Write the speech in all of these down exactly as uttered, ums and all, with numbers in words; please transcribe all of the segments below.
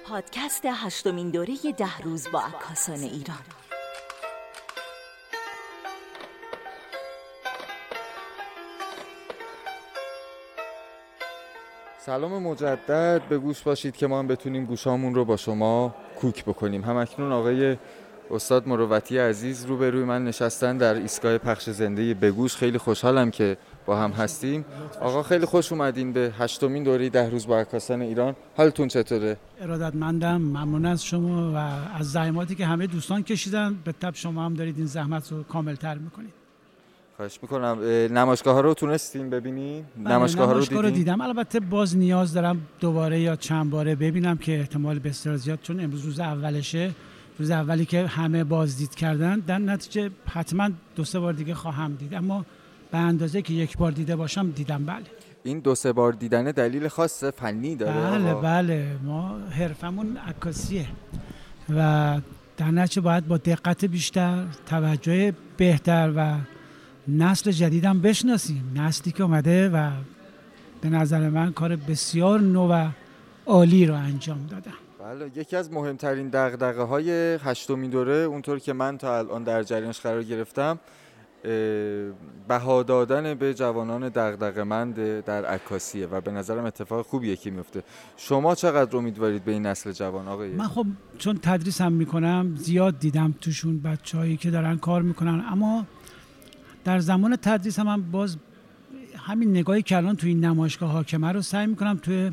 پادکست هشتمین دوره ده روز با عکاسان ایران. سلام مجدد، به گوش باشید که ما هم بتونیم گوشامون رو با شما کوک بکنیم. همکنون آقای استاد مروتی عزیز روبروی من نشستن در ایستگاه پخش زنده به گوش. خیلی خوشحالم که با هم هستیم. آقا خیلی خوش اومدین به هشتمین دوره ده روز با عکاسان ایران. حالتون چطوره؟ ارادتمندم، ممنون از شما و از زحماتی که همه دوستان کشیدن. به تبع شما هم دارید این زحمت رو کامل‌تر میکنید. خواهش میکنم. نمایشگاه ها رو تونستین ببینین؟ بله، نمایشگاه ها رو, رو دیدم. البته باز نیاز دارم دوباره یا چند باره ببینم که احتمال بسیار زیاد، چون امروز روز اولشه، روز اولی که همه بازدید کردن، در نتیجه حتما دو سه بار دیگه خواهم دید، اما به اندازه که یک بار دیده باشم دیدم. بله. این دو سه بار دیدن دلیل خاص فنی داره؟ بله آقا؟ بله، ما حرفمون عکاسیه و در نتیجه باید با دقت بیشتر، توجه بهتر و نسل جدیدم بشناسیم. نسلی که اومده و به نظر من کار بسیار نو و عالی رو انجام دادن. بله، یکی از مهمترین دغدغه‌های هشتمین دوره، اونطور که من تا الان در جریانش قرار گرفتم، بها دادن به جوانان دغدغه‌مند در عکاسیه و به نظرم اتفاق خوبیه که میفته. شما چقدر امیدوارید به این نسل جوان آقای؟ من خب چون تدریس هم میکنم زیاد دیدم توشون بچه‌هایی که دارن کار میکنن، اما در زمان تدریس هم, هم باز همین نگاهی که الان توی این نمایشگاه حاکمه رو سعی میکنم توی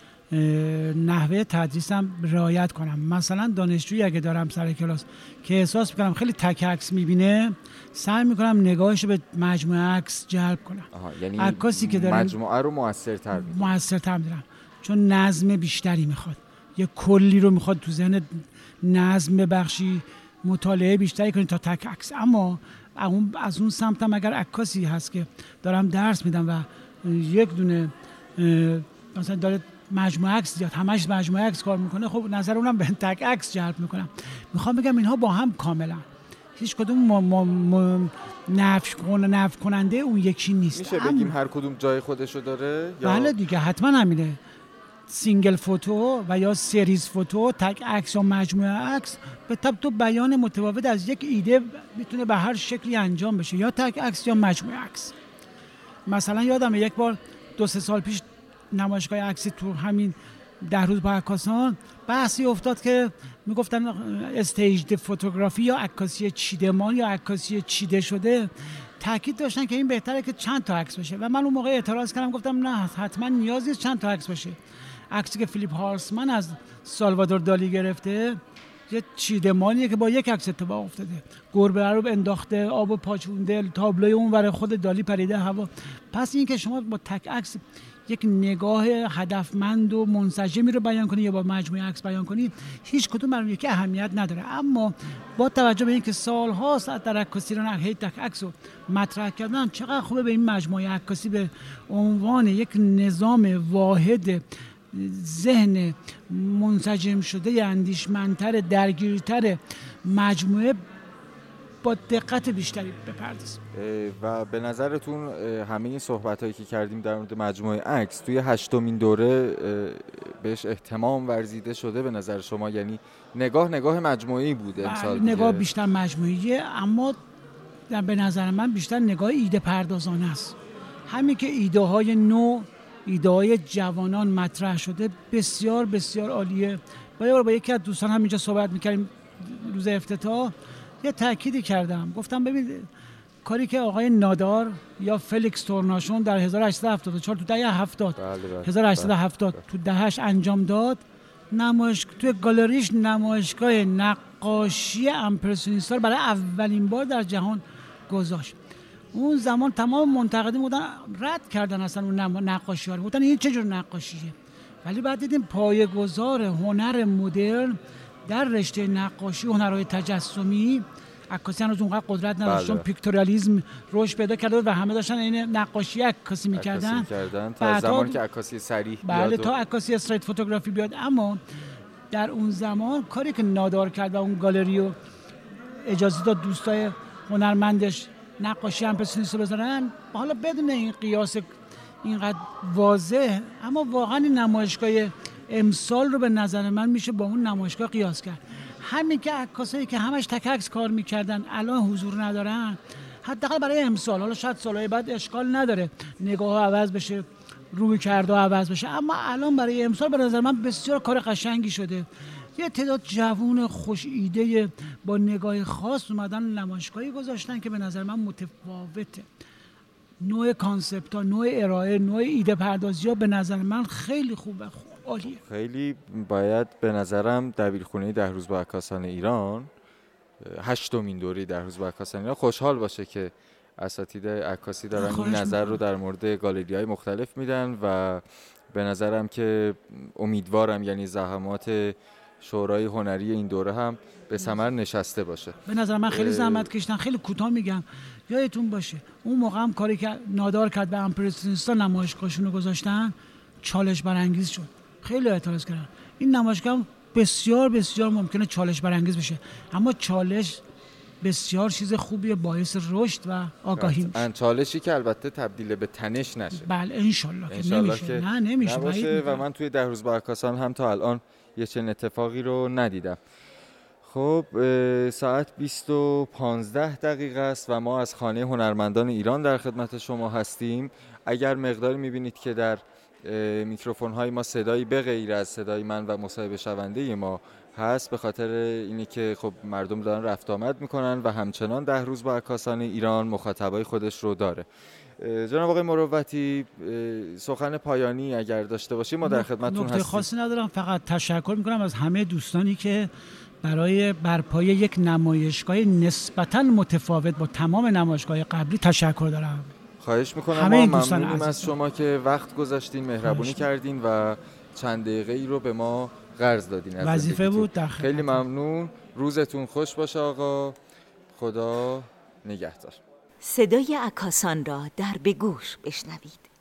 نحوه تدریسم رعایت کنم. مثلا دانشجویی اگه دارم سر کلاس که احساس میکنم خیلی تک عکس میبینه، سعی میکنم نگاهش به مجموعه عکس جلب کنم. یعنی عکاسی که داره مجموعه رو موثرتر میکنم موثرتر میدارم، چون نظم بیشتری میخواد، یه کلی رو میخواد تو ذهن نظم ببخشی، مطالعه بیشتری کنی تا تک عکس. اما از اون سمتم اگر عکاسی هست که دارم درس میدم و یک دونه مثلا داره مجموعه عکس زیاد، همش مجموعه عکس کار میکنه، خب نظر اونم به تک عکس جلب میکنم. میخوام بگم اینها با هم کاملا هیچ کدوم نفی کنه نفی کننده اون یکی نیست. میشه بگیم هر کدوم جای خودشو داره؟ بله دیگه، حتما همینه. سینگل فوتو و یا سریز فوتو، تک عکس یا مجموعه عکس، به تبع تو بیان متفاوت از یک ایده میتونه به هر شکلی انجام بشه، یا تک عکس یا مجموعه عکس. مثلا یادمه یک بار دو سه سال پیش نمایشگاه عکسی تو همین ده روز با عکاسان بحثی افتاد که میگفتن استیج فوتوگرافی یا عکاسی چیدمان یا عکاسی چیده شده، تاکید داشتن که این بهتره که چند تا عکس باشه و من اون موقع اعتراض کردم، گفتم نه، حتما نیازی نیست چند تا عکس باشه. عکسی که فیلیپ هارسمن از سالوادور دالی گرفته یه چیدمانیه که با یک عکس اتفاق افتاده، گربه رو انداخته، آب پاچونده، تابلوی اون ور خود دالی پریده هوا. پس این که شما با تک عکس یک نگاه هدفمند و منسجمی رو بیان کنید یا با مجموعه عکس بیان کنید، هیچ کدوم برای یکی اهمیت نداره. اما با توجه به اینکه سال‌هاست در عکاسی رو هی تک عکس رو مطرح کردن، چقدر خوبه به این مجموعه عکاسی به عنوان یک نظام واحد، ذهن منسجم شده، اندیشمندتر، درگیرتر مجموعه با دقت بیشتری بپردازیم. و به نظرتون همه این صحبتایی که کردیم در مورد مجموعه عکس توی هشتمین دوره بهش اهتمام ورزیده شده به نظر شما؟ یعنی نگاه نگاه مجموعی بوده امسال؟ نگاه بیشتر مجموعیه، اما به نظر من بیشتر نگاه ایده پردازانه است. همین که ایده های نو، ایده های جوانان مطرح شده بسیار بسیار عالیه. با یکی از دوستان همینجا صحبت میکردیم روز افتتاح، یه تأکیدی کردم، گفتم ببین کاری که آقای نادار یا فلیکس تورناشون در هزار و هشتصد و هفتاد و چهار تو دهه هفتاد هزار و هشتصد و هفتاد تو دهش انجام داد، نمایش توی گالریش نمایشگاه نقاشی امپرسیونیستا برای اولین بار در جهان گذاشت. اون زمان تمام منتقدین بودن رد کردن اصلا اون نقاشی‌ها رو، گفتن این چه جور نقاشیه. ولی بعد دیدیم پایه‌گذار هنر مدرن در رشته نقاشی و هنرهای تجسمی، عکاسی هنوز اونقدر قدرت نداشت، چون پیکتوریالیسم رشد پیدا کرده و همه داشتن این نقاشی عکاسی می‌کردن. عکاسی کردن تا زمانی که عکاسی صریح بیاد. بله، تا عکاسی استریت فوتوگرافی بیاد. اما در اون زمان کاری که نادار کرد و اون گالری رو اجازه داد دوستای هنرمندش نقاشی امپرسیونیست رو بذارن، حالا بدون این قیاس اینقدر واضح، اما واقعا این نمایشگاه امسال رو به نظر من میشه با اون نمایشگاه قیاس کرد. همین که عکاسایی که همش تک عکس کار میکردن الان حضور ندارن، حداقل برای امسال، حالا شاید سالهای بعد اشکال نداره نگاه عوض بشه، روی کرده عوض بشه، اما الان برای امسال به نظر من بسیار کار قشنگی شده. یه تعداد جوون خوش ایده با نگاه خاص اومدن نمایشگاهی گذاشتن که به نظر من متفاوته. نوع کانسپت ها، نوع ارائه، نوع ایده پردازی ها به نظر من خیلی خوبه، خوب عالیه. خیلی باید به نظرم دبیرخونه ده روز با عکاسان ایران، هشتمین دوره ده روز با عکاسان ایران، خوشحال باشه که اساتید عکاسی دارن این نظر رو در مورد گالری‌های مختلف میدن و به نظرم که امیدوارم یعنی زحمات شورای هنری این دوره هم به ثمر نشسته باشه. به نظر من خیلی زحمت کشیدن. خیلی کوتاه میگم، یادتون باشه اون موقع هم کاری که نادار کرد به امپرسیونیستا نمایشگاهشون رو گذاشتن، چالش برانگیز شد، خیلی اعتراض کردن. این نمایشگاه بسیار بسیار ممکنه چالش برانگیز بشه، اما چالش بسیار چیز خوبیه، باعث رشد و آگاهی میشه. چالشی که البته تبدیل به تنش نشه. بله انشالله که نمیشه. که نه نمیشه نباشه. و من توی ده روز با عکاسان هم تا الان یه چنین اتفاقی رو ندیدم. خب ساعت بیست و پانزده دقیقه است و ما از خانه هنرمندان ایران در خدمت شما هستیم. اگر مقداری میبینید که در میکروفون های ما صدایی به غیر از صدای من و مصاحبه شونده ما هست، به خاطر اینی که خب مردم دارن رفت آمد میکنن و همچنان ده روز با عکاسان ایران مخاطبای خودش رو داره. جناب آقای مروتی، سخن پایانی اگر داشته باشیم ما در خدمتتون هستیم. نکته خاصی ندارم، فقط تشکر میکنم از همه دوستانی که برای برپایی یک نمایشگاه نسبتاً متفاوت با تمام نمایشگاه قبلی تشکر دارم. خواهش میکنم. ما ممنونیم از شما که وقت گذاشتین، مهربونی کردین و چند دقیقه ای رو به ما قرض دادین. وظیفه بود. در خیلی ممنون. روزتون خوش باشه آقا. خدا نگهدار. صدای عکاسان را در به گوش بشنوید.